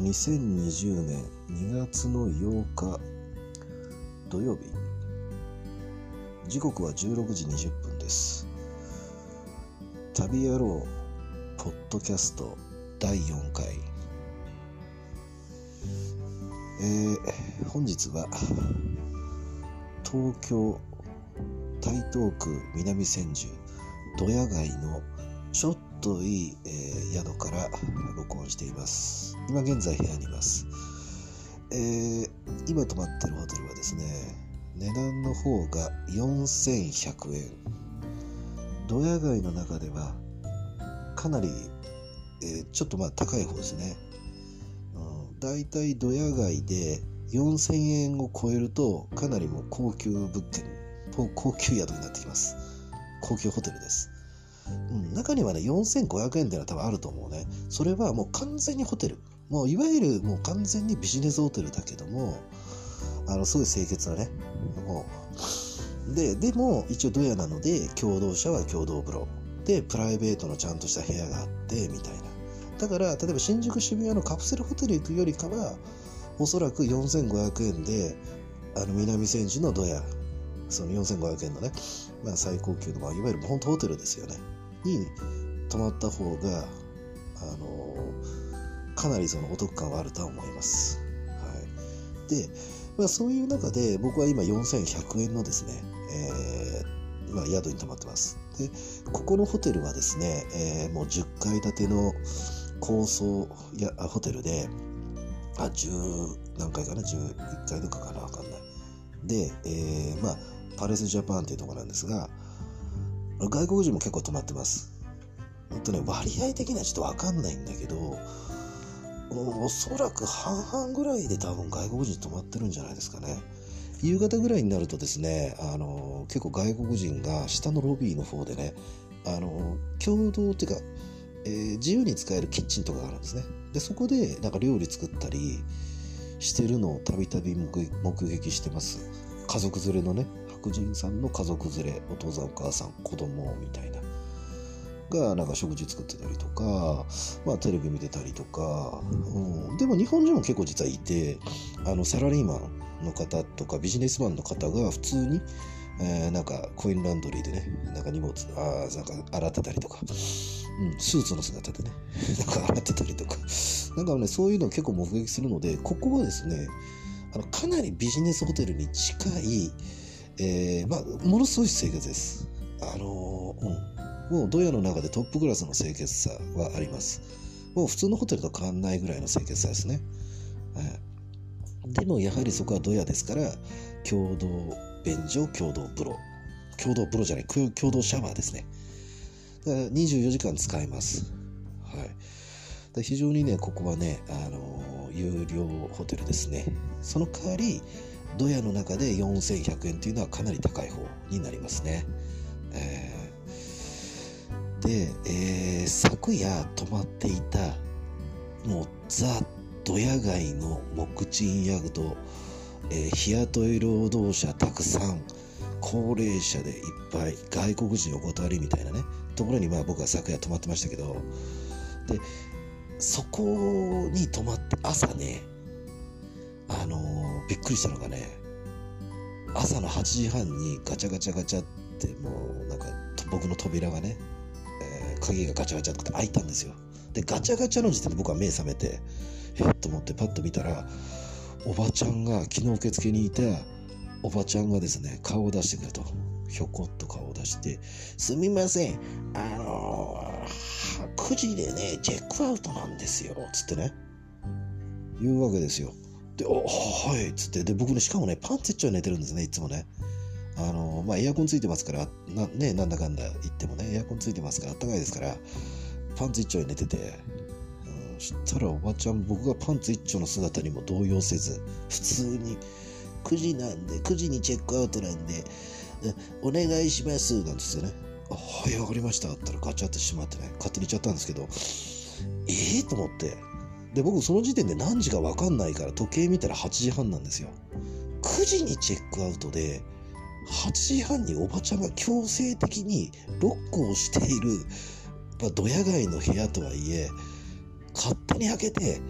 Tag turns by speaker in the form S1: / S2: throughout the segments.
S1: 2020年2月の8日土曜日、時刻は16時20分です。旅野郎ポッドキャスト第4回、本日は東京台東区南千住ドヤ街のちょっといい、宿から録音しています。今現在部屋にいます。今泊まってるホテルはですね、値段の方が4100円。ドヤ街の中ではかなり、ちょっと高い方ですね。だいたいドヤ街で4000円を超えるとかなりもう高級物件、高級宿になってきます。高級ホテルです。中にはね4500円っていうのは多分あると思うね。それはもう完全にホテル、もういわゆるもう完全にビジネスホテルだけども、すごい清潔なね、もうでも一応ドヤなので共同者は共同風呂で、プライベートのちゃんとした部屋があってみたいな。だから例えば新宿渋谷のカプセルホテル行くよりかはおそらく4500円で南千住のドヤ、その4500円のね、最高級の、いわゆる本当ホテルですよねに泊まった方がかなりそのお得感はあるとは思います。はい。で、そういう中で僕は今4100円のですね、宿に泊まってます。で、ここのホテルはですね、もう10階建ての高層ホテルで、10何階かな、11階とかかな、わかんない。で、パレスジャパンっていうところなんですが、外国人も結構泊まってます。割合的にはちょっとわかんないんだけど、おそらく半々ぐらいで多分外国人泊まってるんじゃないですかね。夕方ぐらいになるとですね、結構外国人が下のロビーの方でね、共同っていうか、自由に使えるキッチンとかがあるんですね。で、そこで料理作ったりしてるのをたびたび目撃してます。家族連れのね、白人さんの家族連れ、お父さんお母さん子供みたいなが食事作ってたりとか、テレビ見てたりとか、でも日本人も結構実はいて、サラリーマンの方とかビジネスマンの方が普通に、コインランドリーでね、荷物洗ってたりとか、スーツの姿でね洗ってたりとか、そういうのを結構目撃するので、ここはですね、かなりビジネスホテルに近い、ものすごい清潔です。もうドヤの中でトップクラスの清潔さはあります。もう普通のホテルと変わんないぐらいの清潔さですね。でもやはりそこはドヤですから、共同便所、共同風呂じゃない、共同シャワーですね。だから24時間使えます。はい。非常にね、ここはね、有料ホテルですね。その代わりドヤの中で4100円っていうのはかなり高い方になりますね。で、昨夜泊まっていたもうザ・ドヤ街の木賃宿、日雇い労働者たくさん、高齢者でいっぱい、外国人お断りみたいなねところに僕は昨夜泊まってましたけど、でそこに泊まって朝ね、びっくりしたのがね、朝の8時半にガチャガチャガチャってもう僕の扉がね、鍵がガチャガチャって開いたんですよ。でガチャガチャの時点で僕は目覚めてと思ってパッと見たら、おばちゃんが、昨日受付にいたおばちゃんがですね、顔を出してくると、ひょこっと顔を出して、すみません、9時でねチェックアウトなんですよつってね言うわけですよ。で、はいっつって、で僕ね、しかもねパンツ一丁寝てるんですね、いつもね。エアコンついてますからなんだかんだ言ってもね、エアコンついてますから暖かいですから、パンツ一丁寝てて、そしたらおばちゃん、僕がパンツ一丁の姿にも動揺せず、普通に9時なんで、9時にチェックアウトなんでお願いしますなんですよね。はい、わかりましたって言ったらガチャってしまってね、勝手に行っちゃったんですけど、と思って、で僕その時点で何時か分かんないから時計見たら8時半なんですよ。9時にチェックアウトで8時半におばちゃんが強制的にロックをしている、ドヤ街の部屋とはいえ勝手に開けて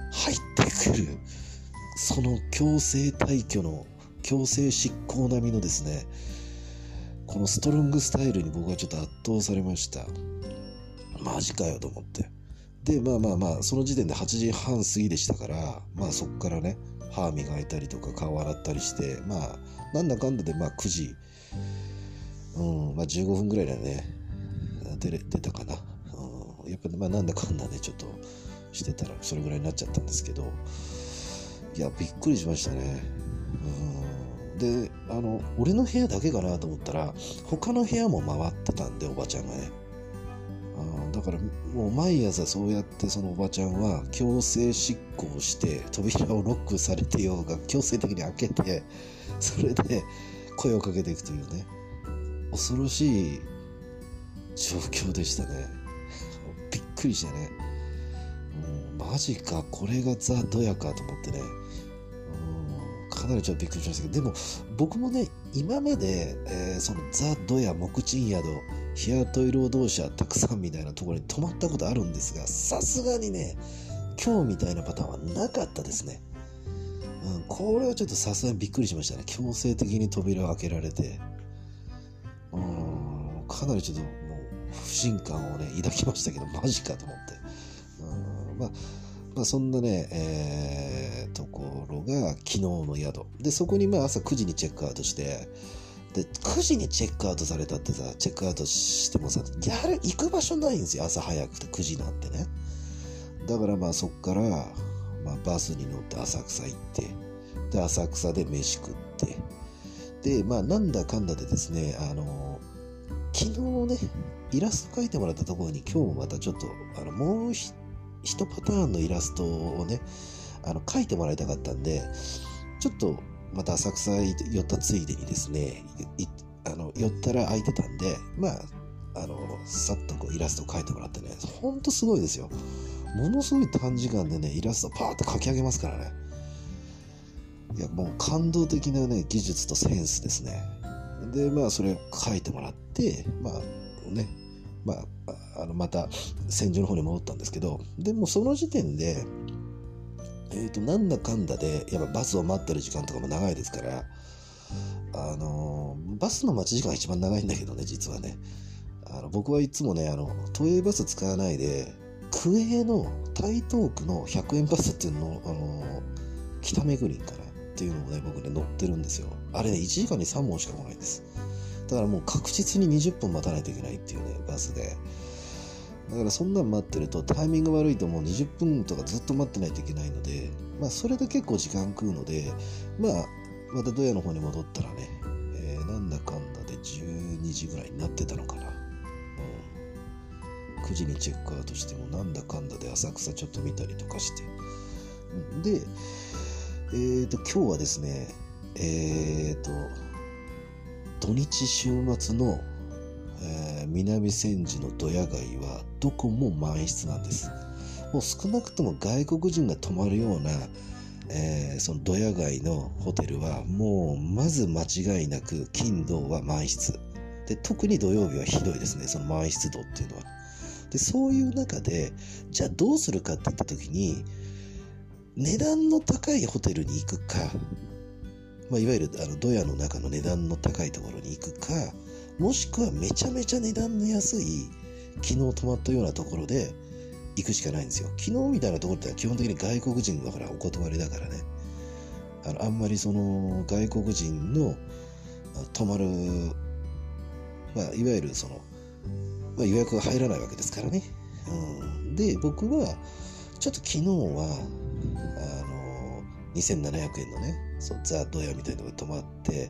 S1: 入ってくる、その強制退去の強制執行並みのですね、このストロングスタイルに僕はちょっと圧倒されました。マジかよと思って。でその時点で8時半過ぎでしたから、そっからね歯磨いたりとか顔洗ったりして、なんだかんだで9時、15分ぐらいだね出たかな。やっぱなんだかんだねちょっとしてたらそれぐらいになっちゃったんですけど、いやびっくりしましたね。で俺の部屋だけかなと思ったら他の部屋も回ってたんで、おばちゃんがね、だからもう毎朝そうやってそのおばちゃんは強制執行して扉をロックされてようが強制的に開けて、それで声をかけていくというね、恐ろしい状況でしたね。びっくりしてね、マジかこれがザ・ドヤかと思ってね、かなりちょっとびっくりしましたけど、でも僕もね今まで、そのザ・ドヤ木賃宿日雇い労働者たくさんみたいなところに泊まったことあるんですが、さすがにね今日みたいなパターンはなかったですね。これはちょっとさすがにびっくりしましたね。強制的に扉を開けられて、かなりちょっともう不信感をね抱きましたけど、マジかと思って、そんなね、ところが昨日の宿で、そこに朝9時にチェックアウトして、で9時にチェックアウトされたってさ、チェックアウトしてもさ行く場所ないんですよ、朝早くて9時なんてね。だからそっから、バスに乗って浅草行って、で浅草で飯食って、でなんだかんだでですね、昨日ねイラスト描いてもらったところに今日もまたちょっともう一パターンのイラストをね描いてもらいたかったんで、ちょっとまた浅草寄ったついでにですね寄ったら空いてたんで、さっとこうイラスト描いてもらってね、ほんとすごいですよ。ものすごい短時間でねイラストパーッと描き上げますからね。いやもう感動的なね技術とセンスですね。でそれを描いてもらってまた戦場の方に戻ったんですけど、でもその時点でなんだかんだでやっぱバスを待ってる時間とかも長いですから、バスの待ち時間が一番長いんだけどね、実はね僕はいつもね都営バス使わないで区営の台東区の100円バスっていうのを北目黒からっていうのをね僕ね乗ってるんですよ。あれね1時間に3本しか来ないんです。だからもう確実に20分待たないといけないっていうねバスで、だからそんなん待ってるとタイミング悪いともう20分とかずっと待ってないといけないので、それで結構時間食うので、またドヤの方に戻ったらね、なんだかんだで12時ぐらいになってたのかな。9時にチェックアウトしてもなんだかんだで浅草ちょっと見たりとかして、で今日はですね土日週末の、南千住のドヤ街はどこも満室なんです。もう少なくとも外国人が泊まるような、そのドヤ街のホテルはもうまず間違いなく金土は満室で、特に土曜日はひどいですね、その満室度っていうのは。でそういう中でじゃあどうするかって言った時に、値段の高いホテルに行くか、いわゆるドヤの中の値段の高いところに行くか、もしくはめちゃめちゃ値段の安い昨日泊まったようなところで行くしかないんですよ。昨日みたいなところって基本的に外国人だからお断りだからね、あんまりその外国人の泊まる、いわゆるその、予約が入らないわけですからね。で僕はちょっと昨日は2700円のねザ・ドヤみたいなところに泊まって、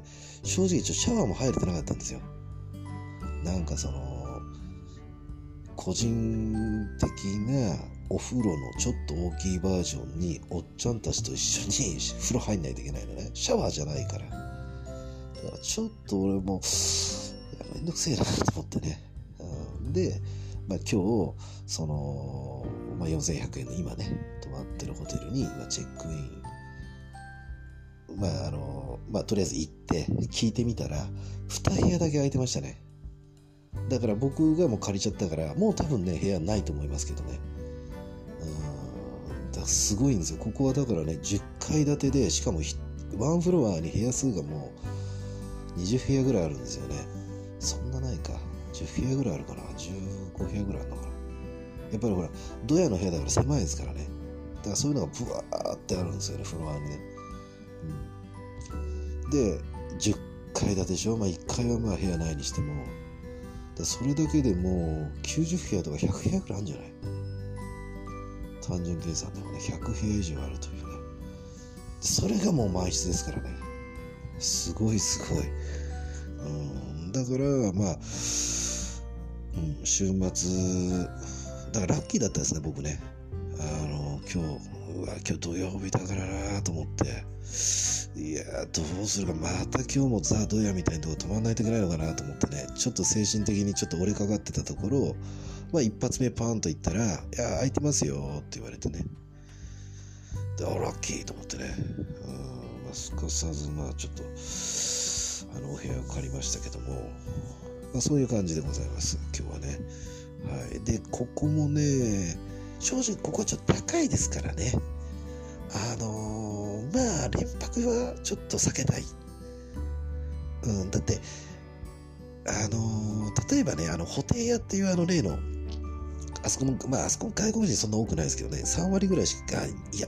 S1: 正直シャワーも入れてなかったんですよ。なんかその個人的なお風呂のちょっと大きいバージョンにおっちゃんたちと一緒に風呂入んないといけないのね。シャワーじゃないから。だからちょっと俺もめんどくせえなと思ってね。で、今日その、4100円の今ね泊まってるホテルにチェックイン、とりあえず行って聞いてみたら2部屋だけ空いてましたね。だから僕がもう借りちゃったからもう多分ね部屋ないと思いますけどね。だかすごいんですよ。ここはだからね、10階建てで、しかもワンフロアに部屋数がもう20部屋ぐらいあるんですよね。そんなないか。10部屋ぐらいあるかな。15部屋ぐらいあるのかな。やっぱりほら、ドヤの部屋だから狭いですからね。だからそういうのがブワーってあるんですよね、フロアにね。で、10階建てでしょ。まあ1階はまあ部屋ないにしても、それだけでもう90部屋とか100部屋ぐらいあるんじゃない？単純計算でもね、100部屋以上あるというね。それがもう満室ですからね。すごいすごい。だからまあ、週末だからラッキーだったですね、僕ね。今日土曜日だからなと思って、いやどうするか、また今日もザ・ドヤみたいなとこ止まんないといけないのかなと思ってね、ちょっと精神的にちょっと折れかかってたところ、まあ一発目パーンと言ったら、いや空いてますよって言われてね、でラッキーと思ってね、すかさずまあちょっとお部屋を借りましたけども、まあ、そういう感じでございます今日はね。はい。でここもね、正直ここはちょっと高いですからね。まあ連泊はちょっと避けたい。だって例えばね、布袋屋っていう例のあそこも外国人そんな多くないですけどね、3割ぐらいしか、いや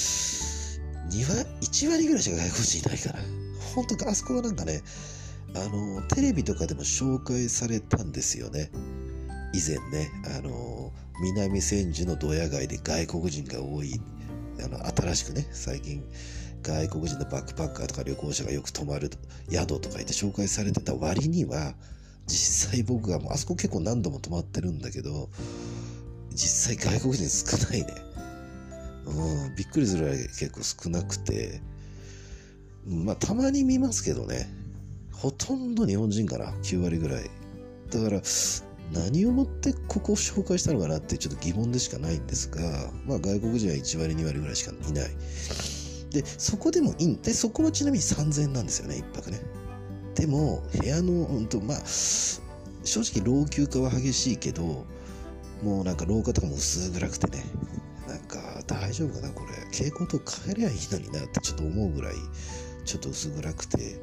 S1: 1割ぐらいしか外国人いないから、本当あそこはなんかね、テレビとかでも紹介されたんですよね、以前ね。南千住のドヤ街で外国人が多い、新しくね、最近外国人のバックパッカーとか旅行者がよく泊まる宿とか言って紹介されてた割には、実際僕がもうあそこ結構何度も泊まってるんだけど、実際外国人少ないね。びっくりするぐらい結構少なくて、まあたまに見ますけどね、ほとんど日本人かな、9割ぐらい。だから何をもってここを紹介したのかなってちょっと疑問でしかないんですが、まあ外国人は1割2割ぐらいしかいない。でそこでもいいんで、そこはちなみに3000円なんですよね、1泊ね。でも部屋のまあ正直老朽化は激しいけど、もうなんか廊下とかも薄暗くてね、なんか大丈夫かなこれ、蛍光灯変えりゃいいのになってちょっと思うぐらいちょっと薄暗くて、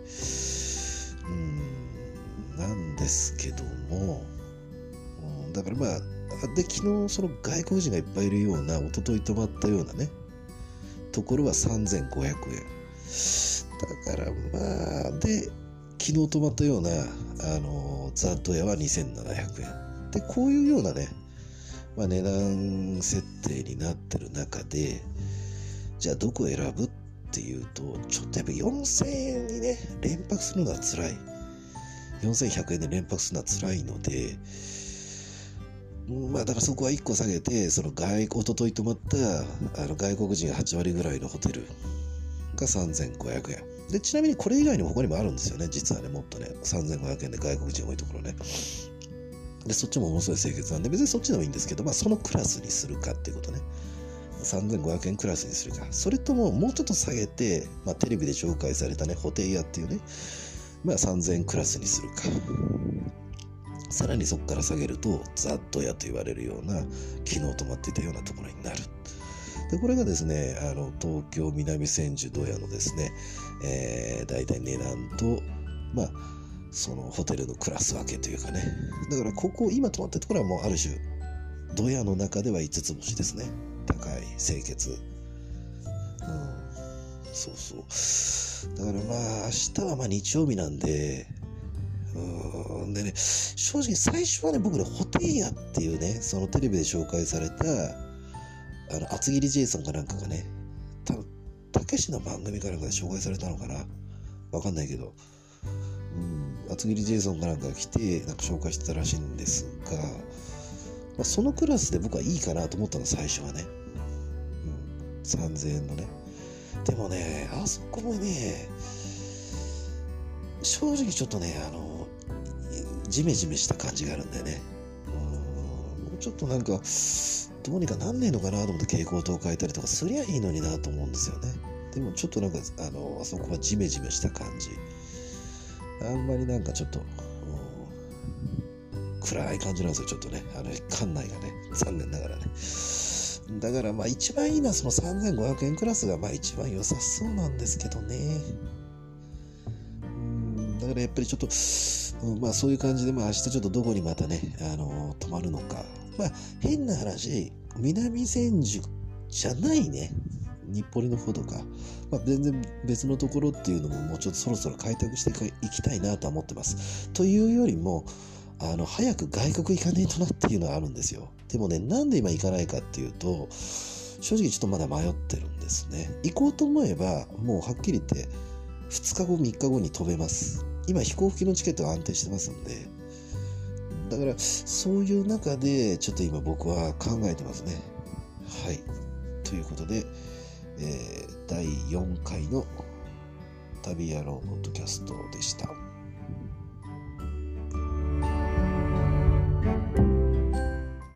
S1: なんですけども、だからまあで昨日その外国人がいっぱいいるような、一昨日泊まったようなねところは3500円だから、まあで昨日泊まったようなザ・ドヤは2700円で、こういうようなね、まあ、値段設定になってる中で、じゃあどこを選ぶっていうと、ちょっとやっぱ4000円にね連泊するのは辛い、4100円で連泊するのは辛いので、まあだからそこは1個下げて、その一昨日泊まった外国人8割ぐらいのホテルが3500円で、ちなみにこれ以外にも他にもあるんですよね、実はね、もっとね3500円で外国人多いところね。でそっちもものすごい清潔なんで、別にそっちでもいいんですけど、まあそのクラスにするかっていうことね、3500円クラスにするか、それとももうちょっと下げて、まあ、テレビで紹介されたねホテイヤっていうね、まあ3000円クラスにするか、さらにそこから下げるとザ・ドヤと言われるような、昨日泊まっていたようなところになる。でこれがですね、東京南千住ドヤのですね、だいたい値段と、まあそのホテルのクラス分けというかね、だからここ今泊まってるところはもうある種ドヤの中では5つ星ですね。高い、清潔、そうそうだからまあ明日はまあ日曜日なんで、でね、正直最初はね、僕ねホテイヤっていうね、そのテレビで紹介された厚切りジェイソンかなんかがね、多分たけしの番組かなんかで紹介されたのかな、わかんないけど、厚切りジェイソンかなんかが来てなんか紹介してたらしいんですが、まあ、そのクラスで僕はいいかなと思ったの最初はね、3000円のね。でもね、あそこもね、正直ちょっとねジメジメした感じがあるんだよね。もうちょっとなんかどうにかなんねえのかなと思って蛍光灯を変えたりとかすりゃいいのになと思うんですよね。でもちょっとなんかあそこはジメジメした感じ、あんまりなんかちょっと暗い感じなんですよ、ちょっとね館内がね、残念ながらね。 だからまあ一番いいのはその3500円クラスがまあ一番良さそうなんですけどね。だからやっぱりちょっと、まあそういう感じで、まあ明日ちょっとどこにまたね、泊まるのか。まあ変な話、南千住じゃないね、日暮里の方とか、まあ、全然別のところっていうのももうちょっとそろそろ開拓していきたいなとは思ってます。というよりも、早く外国行かねえとなっていうのはあるんですよ。でもね、なんで今行かないかっていうと、正直ちょっとまだ迷ってるんですね。行こうと思えば、もうはっきり言って、2日後、3日後に飛べます。今、飛行機のチケットが安定してますんで、だから、そういう中で、ちょっと今僕は考えてますね。はい。ということで、第4回の旅野郎ポッドキャストでした。